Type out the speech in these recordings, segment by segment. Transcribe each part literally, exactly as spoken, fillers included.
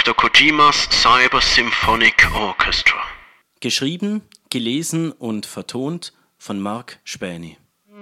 Doktor Kojimas Cyber Symphonic Orchestra. Geschrieben, gelesen und vertont von Marc Späni.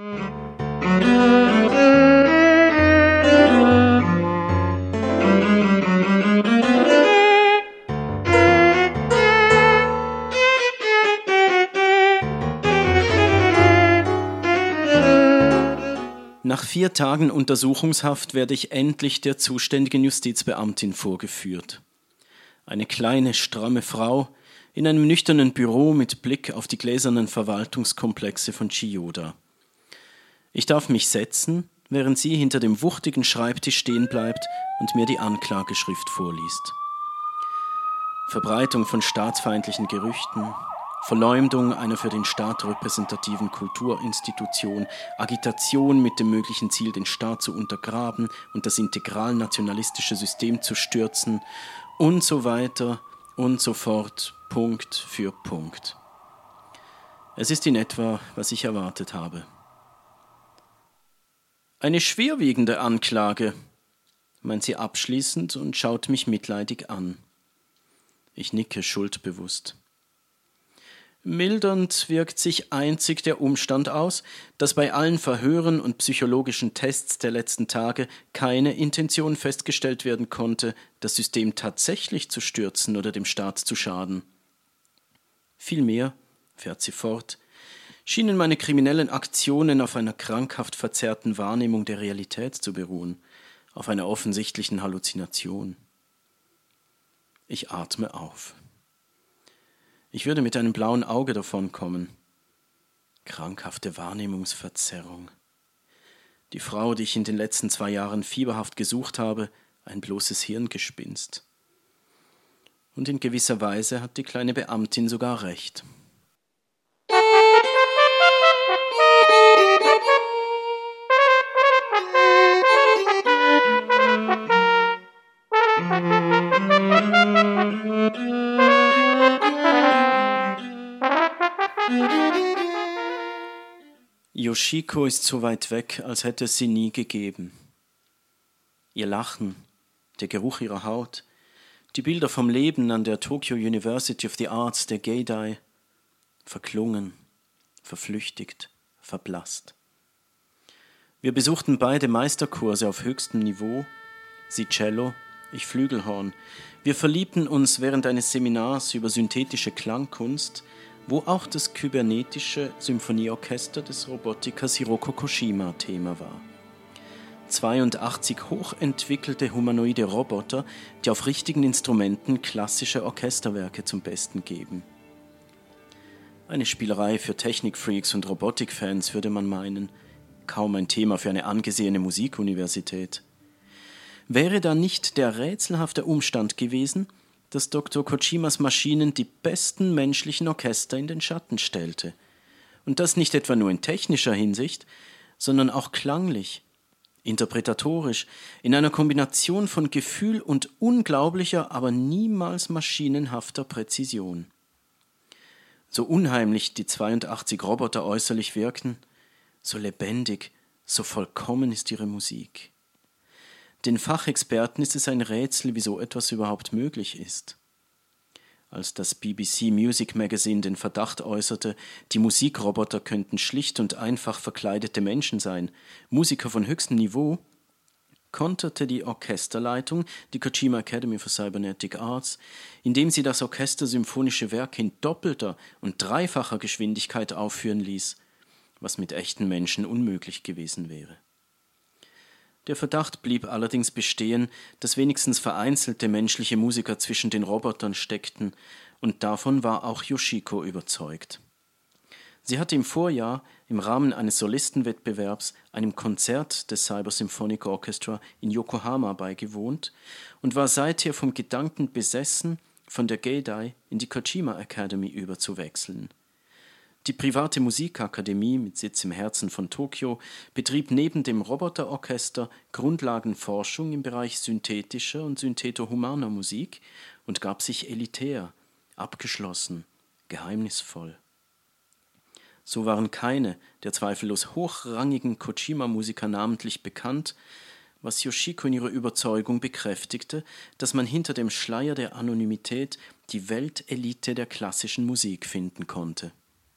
Nach vier Tagen Untersuchungshaft werde ich endlich der zuständigen Justizbeamtin vorgeführt. Eine kleine, stramme Frau in einem nüchternen Büro mit Blick auf die gläsernen Verwaltungskomplexe von Chiyoda. Ich darf mich setzen, während sie hinter dem wuchtigen Schreibtisch stehen bleibt und mir die Anklageschrift vorliest. Verbreitung von staatsfeindlichen Gerüchten, Verleumdung einer für den Staat repräsentativen Kulturinstitution, Agitation mit dem möglichen Ziel, den Staat zu untergraben und das integral-nationalistische System zu stürzen und so weiter und so fort, Punkt für Punkt. Es ist in etwa, was ich erwartet habe. Eine schwerwiegende Anklage, meint sie abschließend und schaut mich mitleidig an. Ich nicke schuldbewusst. Mildernd wirkt sich einzig der Umstand aus, dass bei allen Verhören und psychologischen Tests der letzten Tage keine Intention festgestellt werden konnte, das System tatsächlich zu stürzen oder dem Staat zu schaden. Vielmehr, fährt sie fort, schienen meine kriminellen Aktionen auf einer krankhaft verzerrten Wahrnehmung der Realität zu beruhen, auf einer offensichtlichen Halluzination. Ich atme auf. Ich würde mit einem blauen Auge davonkommen. Krankhafte Wahrnehmungsverzerrung. Die Frau, die ich in den letzten zwei Jahren fieberhaft gesucht habe, ein bloßes Hirngespinst. Und in gewisser Weise hat die kleine Beamtin sogar recht. Yoshiko ist so weit weg, als hätte es sie nie gegeben. Ihr Lachen, der Geruch ihrer Haut, die Bilder vom Leben an der Tokyo University of the Arts der Geidai, verklungen, verflüchtigt, verblasst. Wir besuchten beide Meisterkurse auf höchstem Niveau, sie Cello, ich Flügelhorn. Wir verliebten uns während eines Seminars über synthetische Klangkunst, wo auch das kybernetische Symphonieorchester des Robotikers Hiroko Kojima Thema war. zweiundachtzig hochentwickelte humanoide Roboter, die auf richtigen Instrumenten klassische Orchesterwerke zum Besten geben. Eine Spielerei für Technikfreaks und Robotikfans, würde man meinen, kaum ein Thema für eine angesehene Musikuniversität. Wäre da nicht der rätselhafte Umstand gewesen, dass Doktor Kojimas Maschinen die besten menschlichen Orchester in den Schatten stellte. Und das nicht etwa nur in technischer Hinsicht, sondern auch klanglich, interpretatorisch, in einer Kombination von Gefühl und unglaublicher, aber niemals maschinenhafter Präzision. So unheimlich die zweiundachtzig Roboter äußerlich wirkten, so lebendig, so vollkommen ist ihre Musik. Den Fachexperten ist es ein Rätsel, wie so etwas überhaupt möglich ist. Als das B B C Music Magazine den Verdacht äußerte, die Musikroboter könnten schlicht und einfach verkleidete Menschen sein, Musiker von höchstem Niveau, konterte die Orchesterleitung, die Kojima Academy for Cybernetic Arts, indem sie das Orchester symphonische Werke in doppelter und dreifacher Geschwindigkeit aufführen ließ, was mit echten Menschen unmöglich gewesen wäre. Der Verdacht blieb allerdings bestehen, dass wenigstens vereinzelte menschliche Musiker zwischen den Robotern steckten, und davon war auch Yoshiko überzeugt. Sie hatte im Vorjahr im Rahmen eines Solistenwettbewerbs einem Konzert des Cyber Symphonic Orchestra in Yokohama beigewohnt und war seither vom Gedanken besessen, von der Geidai in die Kojima Academy überzuwechseln. Die private Musikakademie mit Sitz im Herzen von Tokio betrieb neben dem Roboterorchester Grundlagenforschung im Bereich synthetischer und syntheto-humaner Musik und gab sich elitär, abgeschlossen, geheimnisvoll. So waren keine der zweifellos hochrangigen Kojima-Musiker namentlich bekannt, was Yoshiko in ihrer Überzeugung bekräftigte, dass man hinter dem Schleier der Anonymität die Weltelite der klassischen Musik finden konnte.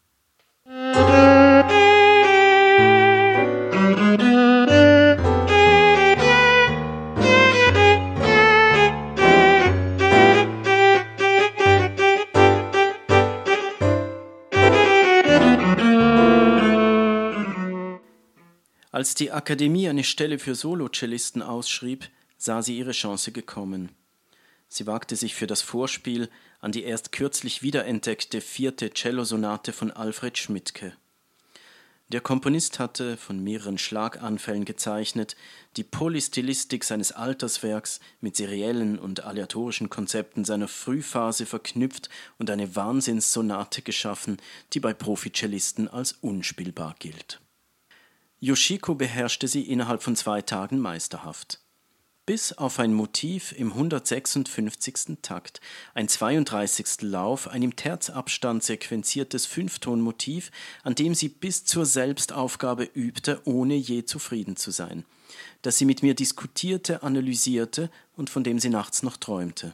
Als die Akademie eine Stelle für Solocellisten ausschrieb, sah sie ihre Chance gekommen. Sie wagte sich für das Vorspiel an die erst kürzlich wiederentdeckte vierte Cellosonate von Alfred Schmidtke. Der Komponist hatte, von mehreren Schlaganfällen gezeichnet, die Polystylistik seines Alterswerks mit seriellen und aleatorischen Konzepten seiner Frühphase verknüpft und eine Wahnsinnssonate geschaffen, die bei Proficellisten als unspielbar gilt. Yoshiko beherrschte sie innerhalb von zwei Tagen meisterhaft. Bis auf ein Motiv im hundertsechsundfünfzigsten Takt, ein zweiunddreißigstel Lauf, ein im Terzabstand sequenziertes Fünftonmotiv, an dem sie bis zur Selbstaufgabe übte, ohne je zufrieden zu sein, das sie mit mir diskutierte, analysierte und von dem sie nachts noch träumte.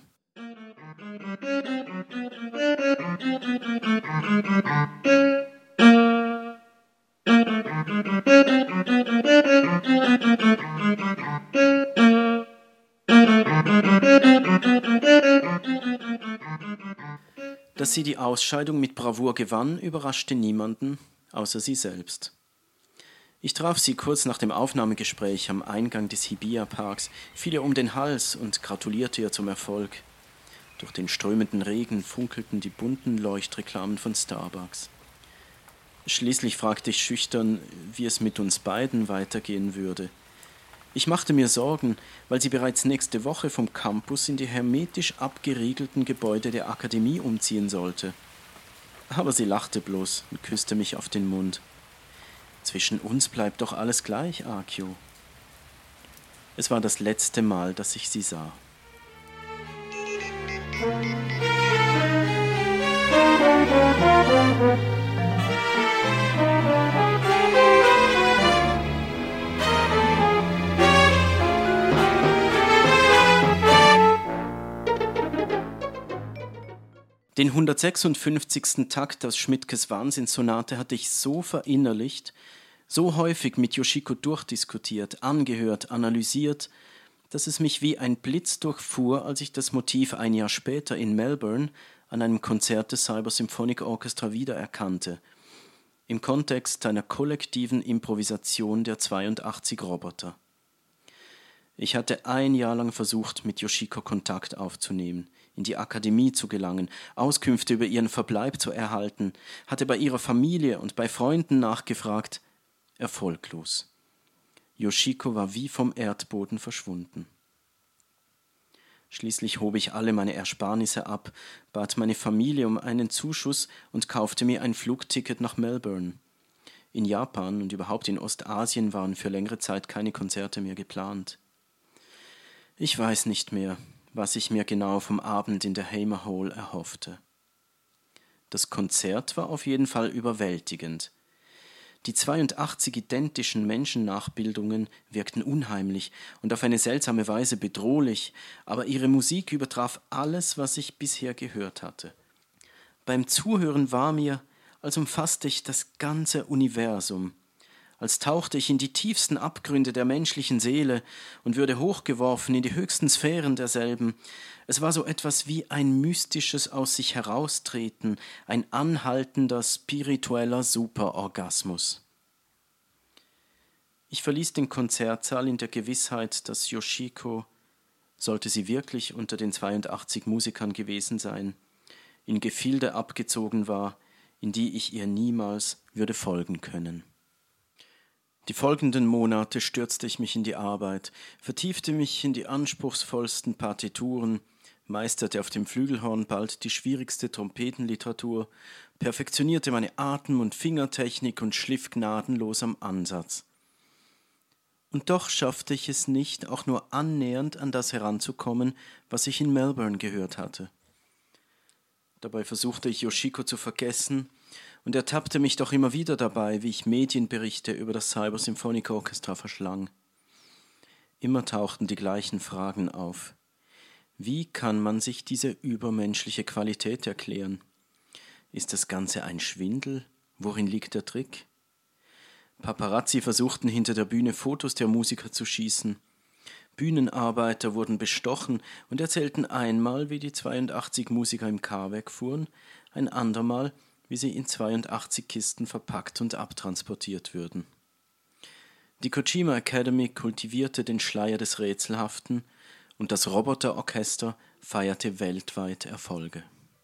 Dass sie die Ausscheidung mit Bravour gewann, überraschte niemanden, außer sie selbst. Ich traf sie kurz nach dem Aufnahmegespräch am Eingang des Hibiya-Parks, fiel ihr um den Hals und gratulierte ihr zum Erfolg. Durch den strömenden Regen funkelten die bunten Leuchtreklamen von Starbucks. Schließlich fragte ich schüchtern, wie es mit uns beiden weitergehen würde. Ich machte mir Sorgen, weil sie bereits nächste Woche vom Campus in die hermetisch abgeriegelten Gebäude der Akademie umziehen sollte. Aber sie lachte bloß und küsste mich auf den Mund. Zwischen uns bleibt doch alles gleich, Akio. Es war das letzte Mal, dass ich sie sah. Den hundertsechsundfünfzigsten Takt aus Schmidtkes Wahnsinnssonate hatte ich so verinnerlicht, so häufig mit Yoshiko durchdiskutiert, angehört, analysiert, dass es mich wie ein Blitz durchfuhr, als ich das Motiv ein Jahr später in Melbourne an einem Konzert des Cyber Symphonic Orchestra wiedererkannte, im Kontext einer kollektiven Improvisation der zweiundachtzig Roboter. Ich hatte ein Jahr lang versucht, mit Yoshiko Kontakt aufzunehmen, in die Akademie zu gelangen, Auskünfte über ihren Verbleib zu erhalten, hatte bei ihrer Familie und bei Freunden nachgefragt, erfolglos. Yoshiko war wie vom Erdboden verschwunden. Schließlich hob ich alle meine Ersparnisse ab, bat meine Familie um einen Zuschuss und kaufte mir ein Flugticket nach Melbourne. In Japan und überhaupt in Ostasien waren für längere Zeit keine Konzerte mehr geplant. Ich weiß nicht mehr, was ich mir genau vom Abend in der Hamer Hall erhoffte. Das Konzert war auf jeden Fall überwältigend. Die zweiundachtzig identischen Menschennachbildungen wirkten unheimlich und auf eine seltsame Weise bedrohlich, aber ihre Musik übertraf alles, was ich bisher gehört hatte. Beim Zuhören war mir, als umfasste ich das ganze Universum, als tauchte ich in die tiefsten Abgründe der menschlichen Seele und würde hochgeworfen in die höchsten Sphären derselben. Es war so etwas wie ein mystisches Aus sich heraustreten, ein anhaltender spiritueller Superorgasmus. Ich verließ den Konzertsaal in der Gewissheit, dass Yoshiko, sollte sie wirklich unter den zweiundachtzig Musikern gewesen sein, in Gefilde abgezogen war, in die ich ihr niemals würde folgen können. Die folgenden Monate stürzte ich mich in die Arbeit, vertiefte mich in die anspruchsvollsten Partituren, meisterte auf dem Flügelhorn bald die schwierigste Trompetenliteratur, perfektionierte meine Atem- und Fingertechnik und schliff gnadenlos am Ansatz. Und doch schaffte ich es nicht, auch nur annähernd an das heranzukommen, was ich in Melbourne gehört hatte. Dabei versuchte ich Yoshiko zu vergessen und ertappte mich doch immer wieder dabei, wie ich Medienberichte über das Cyber Symphonic Orchestra verschlang. Immer tauchten die gleichen Fragen auf. Wie kann man sich diese übermenschliche Qualität erklären? Ist das Ganze ein Schwindel? Worin liegt der Trick? Paparazzi versuchten hinter der Bühne Fotos der Musiker zu schießen. Bühnenarbeiter wurden bestochen und erzählten einmal, wie die zweiundachtzig Musiker im Car wegfuhren, ein andermal, wie sie in zweiundachtzig Kisten verpackt und abtransportiert würden. Die Kojima Academy kultivierte den Schleier des Rätselhaften und das Roboterorchester feierte weltweit Erfolge.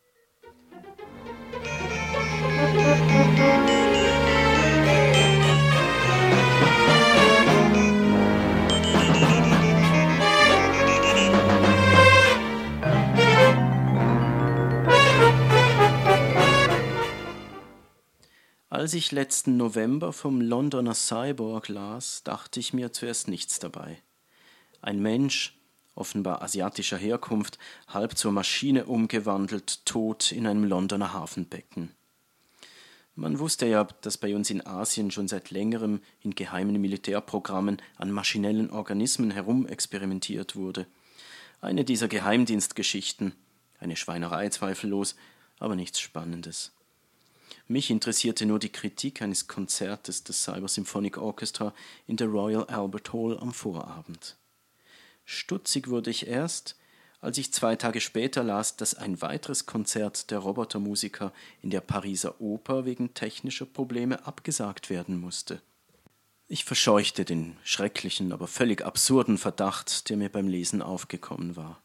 Als ich letzten November vom Londoner Cyborg las, dachte ich mir zuerst nichts dabei. Ein Mensch, offenbar asiatischer Herkunft, halb zur Maschine umgewandelt, tot in einem Londoner Hafenbecken. Man wusste ja, dass bei uns in Asien schon seit längerem in geheimen Militärprogrammen an maschinellen Organismen herumexperimentiert wurde. Eine dieser Geheimdienstgeschichten, eine Schweinerei zweifellos, aber nichts Spannendes. Mich interessierte nur die Kritik eines Konzertes des Cyber Symphonic Orchestra in der Royal Albert Hall am Vorabend. Stutzig wurde ich erst, als ich zwei Tage später las, dass ein weiteres Konzert der Robotermusiker in der Pariser Oper wegen technischer Probleme abgesagt werden musste. Ich verscheuchte den schrecklichen, aber völlig absurden Verdacht, der mir beim Lesen aufgekommen war.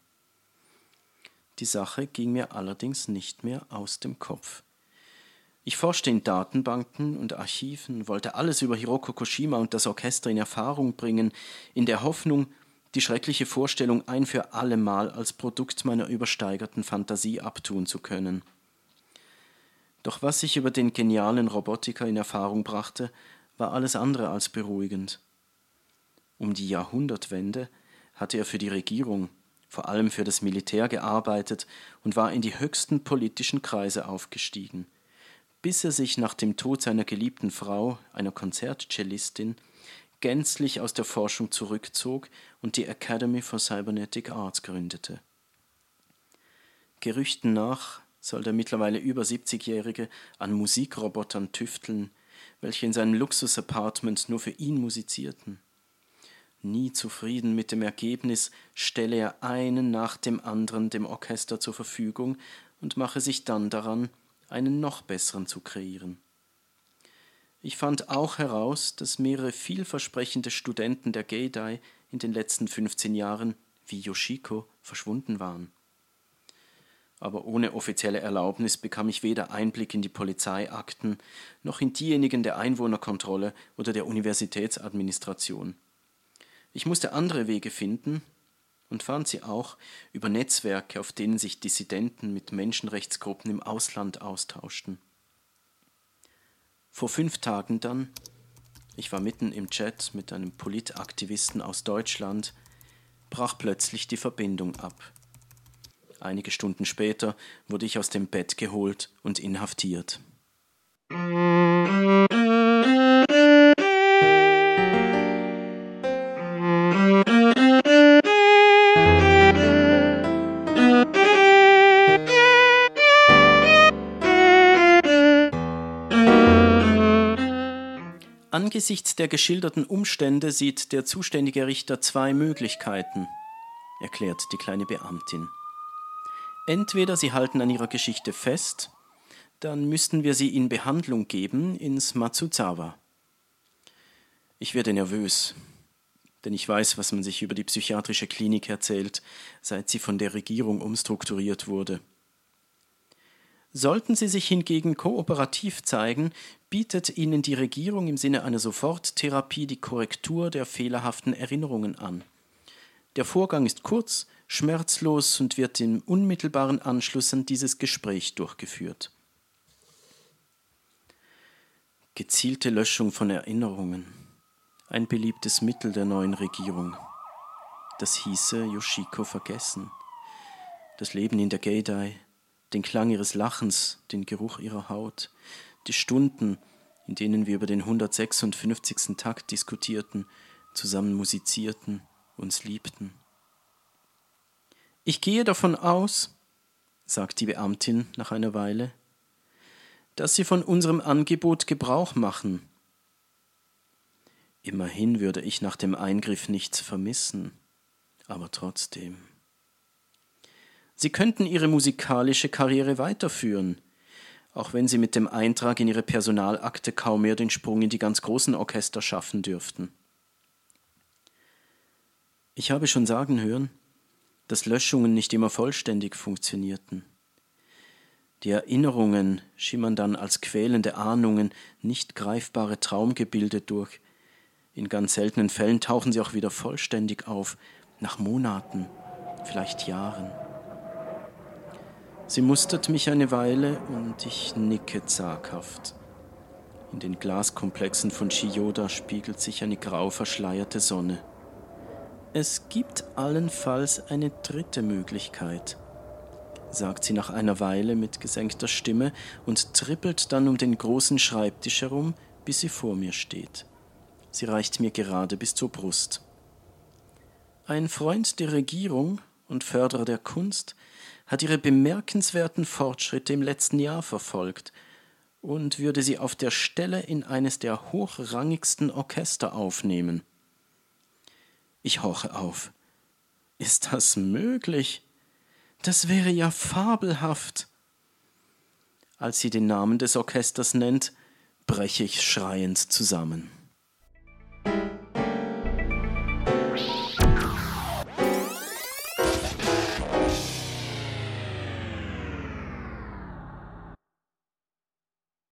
Die Sache ging mir allerdings nicht mehr aus dem Kopf. Ich forschte in Datenbanken und Archiven, wollte alles über Hiroko Kojima und das Orchester in Erfahrung bringen, in der Hoffnung, die schreckliche Vorstellung ein für allemal als Produkt meiner übersteigerten Fantasie abtun zu können. Doch was ich über den genialen Robotiker in Erfahrung brachte, war alles andere als beruhigend. Um die Jahrhundertwende hatte er für die Regierung, vor allem für das Militär gearbeitet und war in die höchsten politischen Kreise aufgestiegen, bis er sich nach dem Tod seiner geliebten Frau, einer Konzertcellistin, gänzlich aus der Forschung zurückzog und die Academy for Cybernetic Arts gründete. Gerüchten nach soll der mittlerweile über siebzigjährige an Musikrobotern tüfteln, welche in seinem Luxus-Apartment nur für ihn musizierten. Nie zufrieden mit dem Ergebnis, stelle er einen nach dem anderen dem Orchester zur Verfügung und mache sich dann daran, einen noch besseren zu kreieren. Ich fand auch heraus, dass mehrere vielversprechende Studenten der Geidai in den letzten fünfzehn Jahren, wie Yoshiko, verschwunden waren. Aber ohne offizielle Erlaubnis bekam ich weder Einblick in die Polizeiakten, noch in diejenigen der Einwohnerkontrolle oder der Universitätsadministration. Ich musste andere Wege finden und fand sie auch über Netzwerke, auf denen sich Dissidenten mit Menschenrechtsgruppen im Ausland austauschten. Vor fünf Tagen dann, ich war mitten im Chat mit einem Politaktivisten aus Deutschland, brach plötzlich die Verbindung ab. Einige Stunden später wurde ich aus dem Bett geholt und inhaftiert. Angesichts der geschilderten Umstände sieht der zuständige Richter zwei Möglichkeiten, erklärt die kleine Beamtin. Entweder Sie halten an Ihrer Geschichte fest, dann müssten wir Sie in Behandlung geben ins Matsuzawa. Ich werde nervös, denn ich weiß, was man sich über die psychiatrische Klinik erzählt, seit sie von der Regierung umstrukturiert wurde. Sollten Sie sich hingegen kooperativ zeigen, bietet Ihnen die Regierung im Sinne einer Soforttherapie die Korrektur der fehlerhaften Erinnerungen an. Der Vorgang ist kurz, schmerzlos und wird im unmittelbaren Anschluss an dieses Gespräch durchgeführt. Gezielte Löschung von Erinnerungen, ein beliebtes Mittel der neuen Regierung. Das hieße Yoshiko vergessen. Das Leben in der Geidai, den Klang ihres Lachens, den Geruch ihrer Haut, die Stunden, in denen wir über den hundertsechsundfünfzigsten Takt diskutierten, zusammen musizierten, uns liebten. »Ich gehe davon aus«, sagt die Beamtin nach einer Weile, »dass Sie von unserem Angebot Gebrauch machen.« Immerhin würde ich nach dem Eingriff nichts vermissen, aber trotzdem. Sie könnten Ihre musikalische Karriere weiterführen, auch wenn Sie mit dem Eintrag in Ihre Personalakte kaum mehr den Sprung in die ganz großen Orchester schaffen dürften. Ich habe schon sagen hören, dass Löschungen nicht immer vollständig funktionierten. Die Erinnerungen schimmern dann als quälende Ahnungen, nicht greifbare Traumgebilde durch. In ganz seltenen Fällen tauchen sie auch wieder vollständig auf, nach Monaten, vielleicht Jahren. Sie mustert mich eine Weile und ich nicke zaghaft. In den Glaskomplexen von Chiyoda spiegelt sich eine grau verschleierte Sonne. Es gibt allenfalls eine dritte Möglichkeit, sagt sie nach einer Weile mit gesenkter Stimme und trippelt dann um den großen Schreibtisch herum, bis sie vor mir steht. Sie reicht mir gerade bis zur Brust. Ein Freund der Regierung und Förderer der Kunst hat ihre bemerkenswerten Fortschritte im letzten Jahr verfolgt und würde sie auf der Stelle in eines der hochrangigsten Orchester aufnehmen. Ich horche auf. Ist das möglich? Das wäre ja fabelhaft. Als sie den Namen des Orchesters nennt, breche ich schreiend zusammen.